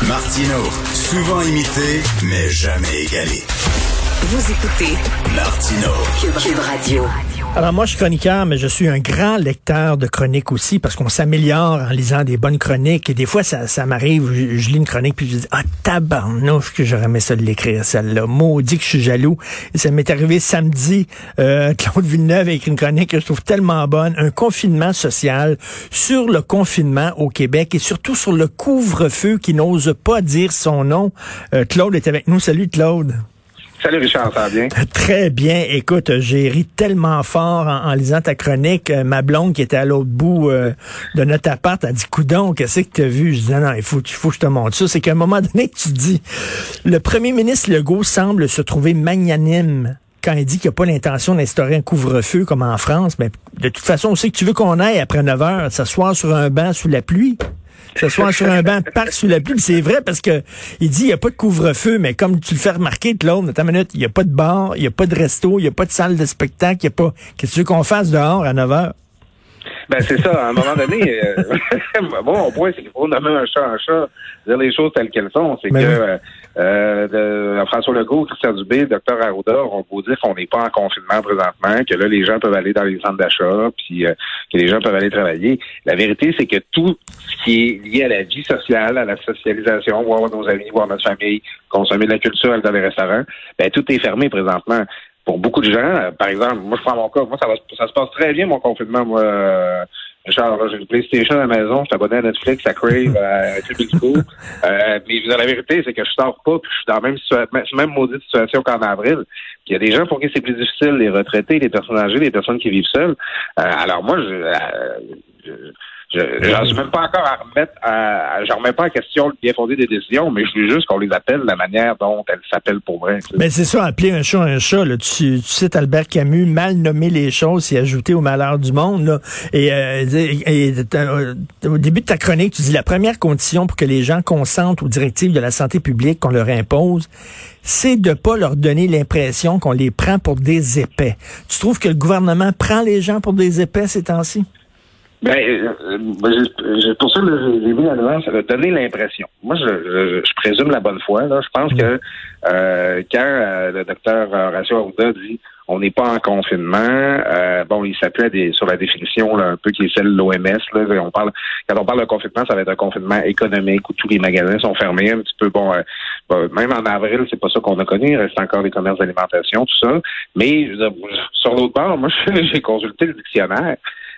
Martino, souvent imité, mais jamais égalé. Vous écoutez Martino, Cube Radio. Alors moi, je suis chroniqueur, mais je suis un grand lecteur de chroniques aussi, parce qu'on s'améliore en lisant des bonnes chroniques. Et des fois, ça m'arrive, je lis une chronique, puis je dis « Ah, tabarnouf, que j'aurais aimé ça de l'écrire, celle-là. Maudit que je suis jaloux. » Et ça m'est arrivé samedi. Claude Villeneuve a écrit une chronique que je trouve tellement bonne. Un confinement social sur le confinement au Québec et surtout sur le couvre-feu qui n'ose pas dire son nom. Claude est avec nous. Salut, Claude. Salut Richard, ça va bien? Très bien. Écoute, j'ai ri tellement fort en lisant ta chronique. Ma blonde qui était à l'autre bout de notre appart a dit « Coudon, qu'est-ce que tu as vu? » Je dis « Non, il faut que je te montre ça. » C'est qu'à un moment donné, tu dis « Le premier ministre Legault semble se trouver magnanime quand il dit qu'il n'a pas l'intention d'instaurer un couvre-feu comme en France. Mais de toute façon, on sait que tu veux qu'on aille après 9 heures s'asseoir sur un banc sous la pluie. S'asseoir sur un banc, parc sous la pluie. Puis c'est vrai parce que il dit il n'y a pas de couvre-feu, mais comme tu le fais remarquer, Claude, attends une minute, il n'y a pas de bar, il n'y a pas de resto, il n'y a pas de salle de spectacle, il n'y a pas. Qu'est-ce que tu veux qu'on fasse dehors à 9 heures? Ben c'est ça, à un moment donné, bon, au point, c'est qu'il faut nommer un chat, dire les choses telles qu'elles sont. C'est François Legault, Christian Dubé, Dr Arruda ont beau dire qu'on n'est pas en confinement présentement, que là, les gens peuvent aller dans les centres d'achat, puis que les gens peuvent aller travailler. La vérité, c'est que tout ce qui est lié à la vie sociale, à la socialisation, voir nos amis, voir notre famille, consommer de la culture, aller dans les restaurants, ben tout est fermé présentement. Pour beaucoup de gens, par exemple, moi je prends mon cas, moi ça se passe très bien mon confinement, moi. Richard, j'ai une PlayStation à la maison, je suis abonné à Netflix, à Crave, à Tubico. Mais la vérité, c'est que je sors pas, puis je suis dans la même maudite situation qu'en avril. Puis il y a des gens pour qui c'est plus difficile, les retraités, les personnes âgées, les personnes qui vivent seules. Alors moi, j'en suis même pas encore à remettre je remets pas en question le bien fondé des décisions, mais je veux juste qu'on les appelle de la manière dont elles s'appellent pour vrai. Mais c'est ça, appeler un chat un chat, là. Tu cites Albert Camus, mal nommer les choses, c'est ajouter au malheur du monde, là. Et au début de ta chronique, tu dis la première condition pour que les gens consentent aux directives de la santé publique qu'on leur impose, c'est de pas leur donner l'impression qu'on les prend pour des épais. Tu trouves que le gouvernement prend les gens pour des épais ces temps-ci? Pour ça, j'ai mis la nuance, ça va donner l'impression. Moi, je présume la bonne foi. Là. Je pense que quand le docteur Horacio Arruda dit on n'est pas en confinement, il s'appuie sur la définition là, un peu qui est celle de l'OMS. Là, quand on parle de confinement, ça va être un confinement économique où tous les magasins sont fermés un petit peu. Même en avril, c'est pas ça qu'on a connu. Il reste encore des commerces d'alimentation, tout ça. Mais sur l'autre bord, moi, j'ai consulté le dictionnaire.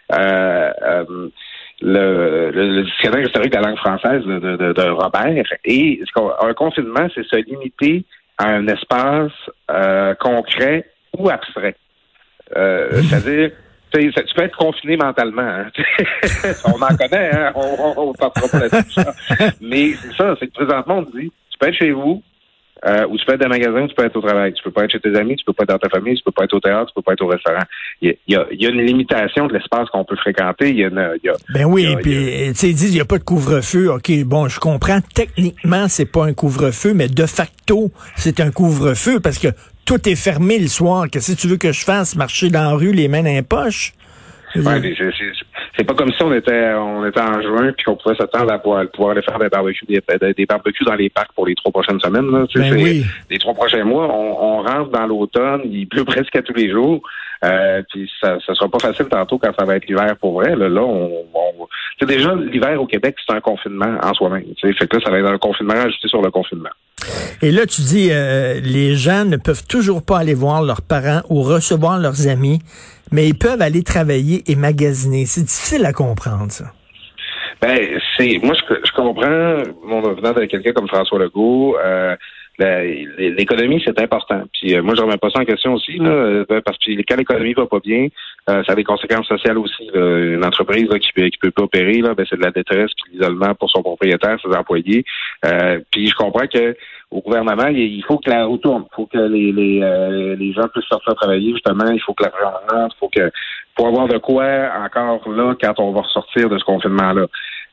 Le dictionnaire historique de la langue française de Robert. Et un confinement, c'est se limiter à un espace concret ou abstrait. C'est-à-dire, tu peux être confiné mentalement. Hein. On en connaît, hein? On partira pas là-dessus. Mais c'est ça, c'est que présentement, on dit, tu peux être chez vous, ou tu peux être dans un magasin, ou tu peux être au travail. Tu peux pas être chez tes amis, tu peux pas être dans ta famille, tu peux pas être au théâtre, tu peux pas être au restaurant. Il y a une limitation de l'espace qu'on peut fréquenter. Ben oui, puis tu sais, ils disent il y a pas de couvre-feu. OK, bon, je comprends. Techniquement, c'est pas un couvre-feu, mais de facto, c'est un couvre-feu parce que tout est fermé le soir. Qu'est-ce que tu veux que je fasse? Marcher dans la rue, les mains dans les poches? Ouais, c'est pas comme si on était en juin puis qu'on pouvait s'attendre à pouvoir aller faire des barbecues dans les parcs pour les 3 prochaines semaines. Là. Oui. Les 3 prochains mois, on rentre dans l'automne, il pleut presque à tous les jours. Puis ça sera pas facile tantôt quand ça va être l'hiver pour vrai. Là c'est déjà l'hiver au Québec, c'est un confinement en soi-même. Fait que là, ça va être un confinement ajouté sur le confinement. Et là, tu dis les gens ne peuvent toujours pas aller voir leurs parents ou recevoir leurs amis, mais ils peuvent aller travailler et magasiner. C'est difficile à comprendre, ça. Moi, je comprends, venant de quelqu'un comme François Legault, l'économie, c'est important. Puis moi, je remets pas ça en question aussi, là, parce que quand l'économie va pas bien, ça a des conséquences sociales aussi. Là. Une entreprise là, qui peut pas opérer, là, c'est de la détresse puis l'isolement pour son propriétaire, ses employés. Puis je comprends que au gouvernement, il faut que la roue tourne. Il faut que les gens puissent sortir travailler, justement. Il faut que l'argent rentre. Faut avoir de quoi encore là quand on va ressortir de ce confinement-là.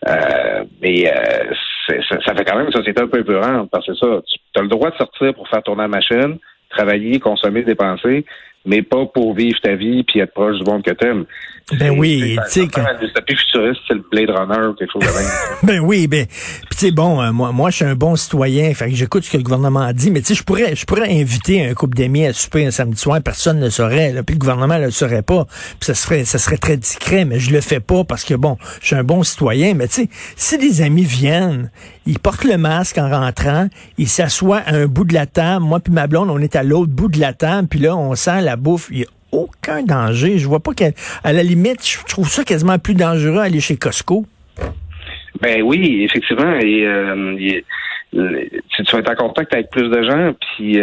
Ça fait quand même une société un peu épeurante parce que c'est ça. Tu as le droit de sortir pour faire tourner la machine, travailler, consommer, dépenser, mais pas pour vivre ta vie puis être proche du monde que t'aimes. Ben oui, tu sais. Un dystopie futuriste, c'est le Blade Runner ou quelque chose de même. Ben oui, ben, puis tu sais, bon, moi, je suis un bon citoyen, fait que j'écoute ce que le gouvernement dit, mais tu sais, je pourrais inviter un couple d'amis à souper un samedi soir, personne ne le saurait, là, puis le gouvernement ne le saurait pas, puis ça serait très discret, mais je le fais pas parce que bon, je suis un bon citoyen, mais tu sais, si des amis viennent, ils portent le masque en rentrant, ils s'assoient à un bout de la table, moi puis ma blonde, on est à l'autre bout de la table, puis là, on sent la bouffe, il y a aucun danger. Je vois pas qu'à la limite, je trouve ça quasiment plus dangereux aller chez Costco. Ben oui, effectivement. Et tu vas être en contact avec plus de gens, puis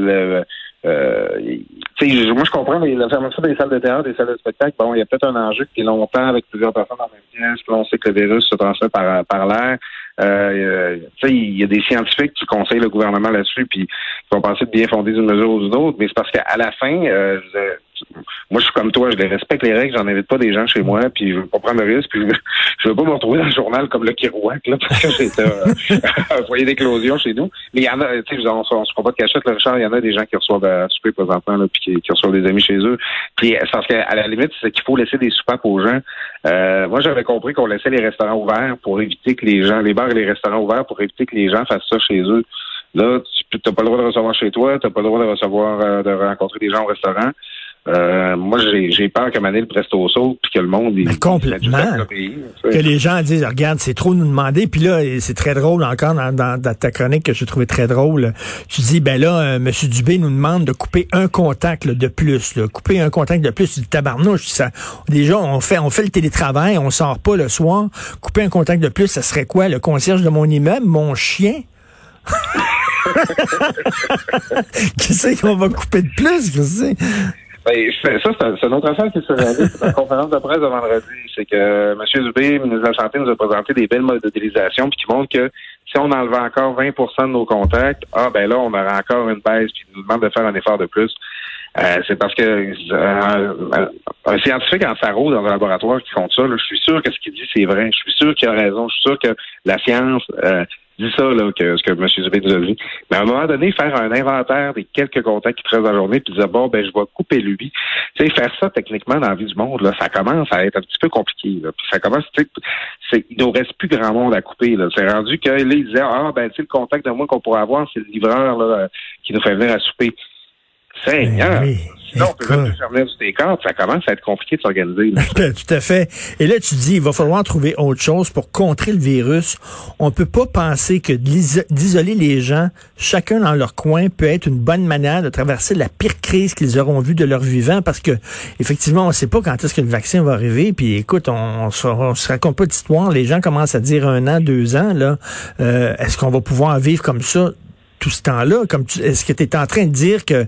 moi je comprends la fermeture des salles de théâtre, des salles de spectacle. Bon, il y a peut-être un enjeu qui est longtemps avec plusieurs personnes dans la même pièce. Puis on sait que le virus se transmet par l'air. Il y a des scientifiques qui conseillent le gouvernement là-dessus, puis qui vont penser de bien fonder d'une mesure ou d'une autre. Mais c'est parce qu'à la fin, moi, je suis comme toi, je les respecte les règles, j'en invite pas des gens chez moi, puis je veux pas prendre le risque, puis je veux pas me retrouver dans le journal comme le Kirouac, là, parce que j'ai un foyer d'éclosion chez nous. Mais il y en a, tu sais, on se prend pas de cachette, là, Richard, il y en a des gens qui reçoivent à souper présentement, là, puis qui reçoivent des amis chez eux. Puis c'est parce qu'à la limite, c'est qu'il faut laisser des soupapes aux gens. Moi, j'avais compris qu'on laissait les restaurants ouverts pour éviter que les bars et les restaurants ouverts pour éviter que les gens fassent ça chez eux. Là, tu n'as pas le droit de recevoir chez toi, tu n'as pas le droit de recevoir, de rencontrer des gens au restaurant. Moi, j'ai peur qu'à maner le presto saute puis que le monde... Mais complètement. Que les gens disent, regarde, c'est trop nous demander. Puis là, c'est très drôle encore dans ta chronique que j'ai trouvé très drôle. Tu dis, ben là, M. Dubé nous demande de couper un contact là, de plus. Là. Couper un contact de plus. Tu dis, tabarnouche, ça, déjà, on fait le télétravail, on sort pas le soir. Couper un contact de plus, ça serait quoi? Le concierge de mon immeuble, mon chien? Qu'est-ce qu'on va couper de plus? Qu'est-ce que Ben, ça, c'est une autre affaire qui se réalise. C'est la conférence de presse de vendredi. C'est que M. Dubé, ministre de la Santé, nous a présenté des belles modélisations puis qui montrent que si on enlevait encore 20 de nos contacts, ben là, on aurait encore une baisse puis il nous demande de faire un effort de plus. C'est parce que un scientifique en pharo dans un laboratoire qui compte ça, là, je suis sûr que ce qu'il dit, c'est vrai. Je suis sûr qu'il a raison. Je suis sûr que la science dit ça, là, ce que M. Dubé nous a dit. Mais à un moment donné, faire un inventaire des quelques contacts qui te restent dans la journée, puis dire, bon, ben, je vais couper lui. Tu sais, faire ça, techniquement, dans la vie du monde, là, ça commence à être un petit peu compliqué, là. Puis ça commence, tu sais, il nous reste plus grand monde à couper, là. C'est rendu que, là, il disait, ben, tu sais, le contact de moi qu'on pourrait avoir, c'est le livreur, là, qui nous fait venir à souper. Seigneur! Oui. Sinon, on peut même faire venir du décor, ça commence à être compliqué de s'organiser. Tout à fait. Et là, tu dis, il va falloir trouver autre chose pour contrer le virus. On peut pas penser que d'isoler les gens, chacun dans leur coin, peut être une bonne manière de traverser la pire crise qu'ils auront vue de leur vivant, parce que, effectivement, on sait pas quand est-ce que le vaccin va arriver. Puis, écoute, on se raconte pas d'histoire. Les gens commencent à dire 1 an, 2 ans, là. Est-ce qu'on va pouvoir vivre comme ça tout ce temps-là? Est-ce que tu es en train de dire que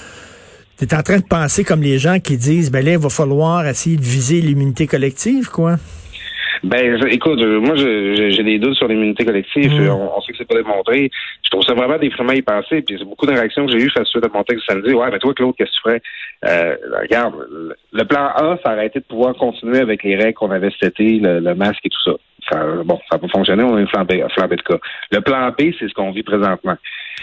t'es en train de penser comme les gens qui disent, ben là, il va falloir essayer de viser l'immunité collective, quoi? Ben, écoute, moi, j'ai des doutes sur l'immunité collective. On sait que c'est pas démontré. Je trouve ça vraiment déprimant à y penser. Puis c'est beaucoup de réactions que j'ai eues face à mon texte samedi. Ouais, ben toi, Claude, qu'est-ce que tu ferais? Regarde, le plan A, ça aurait été de pouvoir continuer avec les règles qu'on avait cet été, le masque et tout ça. Ça n'a pas fonctionné, on a une flambée de cas. Le plan B, c'est ce qu'on vit présentement.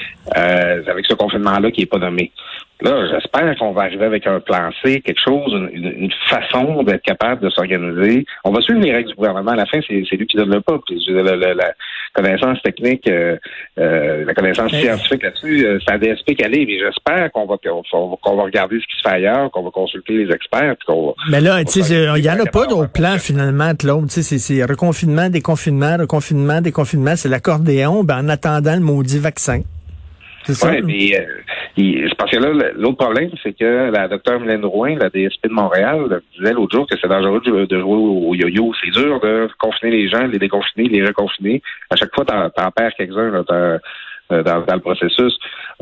Avec ce confinement-là qui est pas nommé. Là, j'espère qu'on va arriver avec un plan C, quelque chose, une façon d'être capable de s'organiser. On va suivre les règles du gouvernement. À la fin, c'est lui qui donne le pas. Puis, la connaissance technique, la connaissance scientifique là-dessus, c'est à DSP qu'elle est. Mais j'espère qu'on va regarder ce qui se fait ailleurs, qu'on va consulter les experts. Mais là, tu sais, il y en a pas d'autre plan finalement, Claude. Tu sais, c'est reconfinement, déconfinement, c'est l'accordéon. Ben, en attendant le maudit vaccin. Oui, mais c'est parce que là, l'autre problème, c'est que la docteure Mylène Drouin, la DSP de Montréal, disait l'autre jour que c'est dangereux de jouer au yo-yo. C'est dur de confiner les gens, les déconfiner, les reconfiner. À chaque fois, t'en perds quelques-uns là, dans le processus.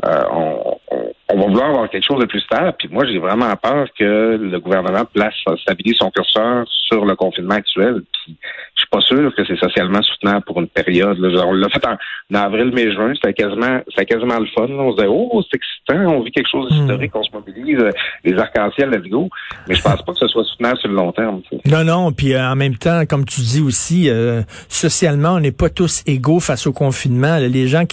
On va vouloir avoir quelque chose de plus stable. Puis moi, j'ai vraiment peur que le gouvernement stabilise son curseur sur le confinement actuel. Puis je suis pas sûr que c'est socialement soutenable pour une période. Là. On l'a fait en avril, mai, juin. C'était quasiment le fun. Là. On se disait, oh, c'est excitant. On vit quelque chose d'historique. On se mobilise. Les arcs-en-ciel, let's go. Mais je pense pas que ce soit soutenable sur le long terme. T'sais. Non. Puis en même temps, comme tu dis aussi, socialement, on n'est pas tous égaux face au confinement. Les gens qui sont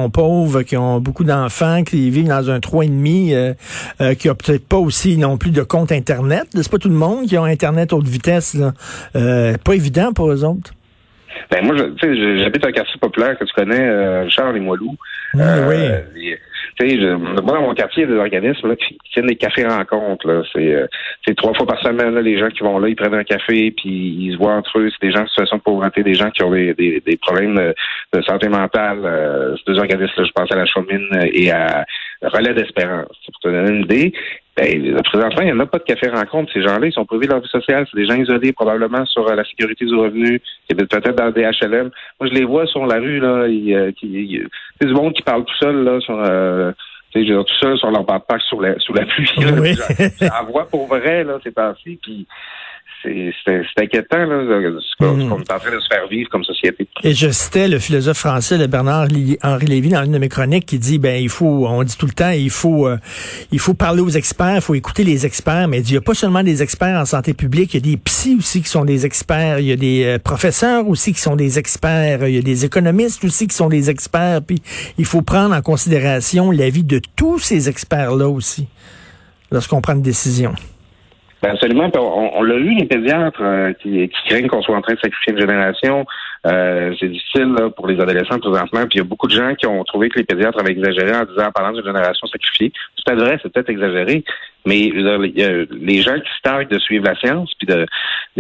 sont pauvres, qui ont beaucoup d'enfants, qui vivent dans un 3,5, qui ont peut-être pas aussi non plus de compte Internet. C'est pas tout le monde qui a Internet haute vitesse, là. Pas évident pour eux autres. Ben moi, j'habite un quartier populaire que tu connais, Charles et Moilou. Oui. Moi, dans mon quartier, il y a des organismes là, qui tiennent des cafés-rencontres. Là. C'est 3 fois par semaine, là, les gens qui vont là, ils prennent un café, puis ils se voient entre eux. C'est des gens en situation de pauvreté, des gens qui ont des problèmes de santé mentale. Ces 2 organismes-là, je pense à la Chaumine et à Relais d'Espérance. Pour te donner une idée, présentement, il n'y en a pas de café-rencontre. Ces gens-là, ils sont privés de leur vie sociale. C'est des gens isolés, probablement, sur la sécurité du revenu, qui habitent peut-être dans des HLM. Moi, je les vois sur la rue, là. C'est du monde qui parle tout seul, là, tout seul sur leur backpack sous la pluie. Oui. J'en vois pour vrai, là, ces temps-ci, puis c'est inquiétant, là, ce qu'on est en train de se faire vivre comme société. Et je citais le philosophe français, le Bernard-Henri Lévy, dans une de mes chroniques, qui dit, on dit tout le temps, il faut parler aux experts, il faut écouter les experts, mais il n'y a pas seulement des experts en santé publique, il y a des psys aussi qui sont des experts, il y a des professeurs aussi qui sont des experts, il y a des économistes aussi qui sont des experts, puis il faut prendre en considération l'avis de tous ces experts-là aussi, lorsqu'on prend une décision. Ben absolument. On l'a eu, les pédiatres qui craignent qu'on soit en train de sacrifier une génération. C'est difficile là, pour les adolescents présentement. Puis il y a beaucoup de gens qui ont trouvé que les pédiatres avaient exagéré en disant, en parlant d'une génération sacrifiée. C'est peut-être vrai, c'est peut-être exagéré. Mais les gens qui se targuent de suivre la science puis de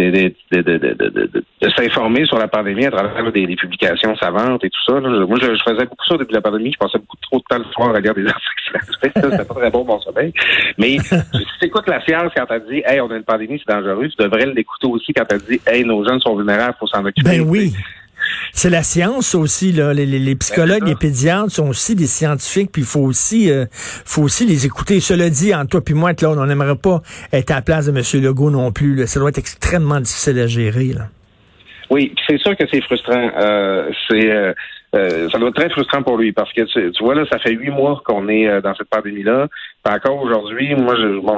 s'informer sur la pandémie à travers des publications savantes et tout ça. Là. Moi, je faisais beaucoup ça depuis la pandémie. Je passais beaucoup trop de temps le soir à lire des articles. C'était pas très bon mon sommeil. Mais si tu écoutes la science quand elle dit « Hey, on a une pandémie, c'est dangereux », tu devrais l'écouter aussi quand elle dit « Hey, nos jeunes sont vulnérables, faut s'en occuper. » Ben oui. C'est la science aussi, là. Les psychologues, les pédiatres sont aussi des scientifiques, puis il faut aussi les écouter. Cela dit, entre toi puis moi, Claude, on n'aimerait pas être à la place de M. Legault non plus. Là. Ça doit être extrêmement difficile à gérer, là. Oui, c'est sûr que c'est frustrant. Ça doit être très frustrant pour lui parce que tu vois là, ça fait 8 mois qu'on est dans cette pandémie-là. Puis encore aujourd'hui, moi,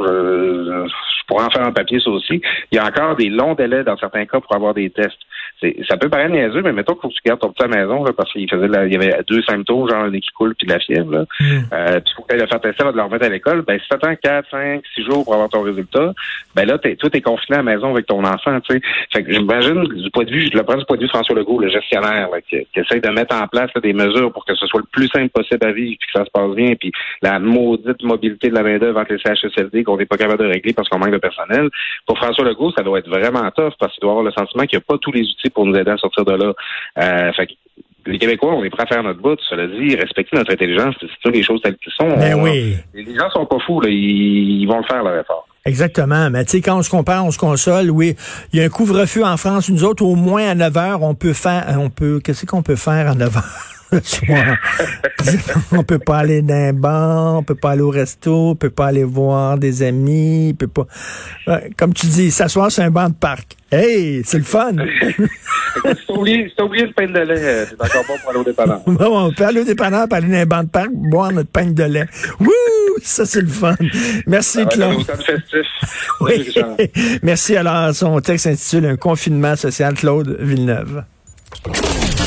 je pourrais en faire un papier ça aussi. Il y a encore des longs délais dans certains cas pour avoir des tests. Ça peut paraître niaiseux, mais mettons qu'il faut que tu gardes ton petit à la maison là, parce qu'il y avait 2 symptômes, genre un nez qui coule puis de la fièvre. Là. Puis il faut que tu ailles le faire tester avant de le remettre à l'école. Ben si tu attends 4, 5, 6 jours pour avoir ton résultat, ben là, toi, t'es confiné à la maison avec ton enfant, tu sais. Fait que j'imagine du point de vue, je le prends du point de vue de François Legault, le gestionnaire, là, qui essaie de mettre en place là, des mesures pour que ce soit le plus simple possible à vivre, puis que ça se passe bien, puis la maudite mobilité de la main-d'œuvre entre les CHSLD qu'on n'est pas capable de régler parce qu'on manque de personnel. Pour François Legault, ça doit être vraiment tough parce qu'il doit avoir le sentiment qu'il n'y a pas tous les outils pour nous aider à sortir de là. Fait que les Québécois, on est prêts à faire notre bout. Cela dit, respecter notre intelligence, c'est sûr les choses telles qu'elles sont. Ben oui. Les gens sont pas fous, là, ils vont le faire leur effort. Exactement. Mais tu sais, quand on se compare, on se console. Oui, il y a un couvre-feu en France. Nous autres, au moins à 9 heures, qu'est-ce qu'on peut faire à 9 heures? Le soir? On peut pas aller dans un bar, on peut pas aller au resto, on peut pas aller voir des amis, on peut pas, comme tu dis, s'asseoir sur un banc de parc. Hey, c'est le fun! Si t'as oublié le pain de lait, c'est encore bon pour aller au dépanneur. Bon, on peut aller au dépanneur, aller dans un banc de parc, boire notre pain de lait. Wouh! Ça, c'est le fun. Merci, Claude. Oui. Merci. Alors, son texte s'intitule « Un confinement social », Claude Villeneuve.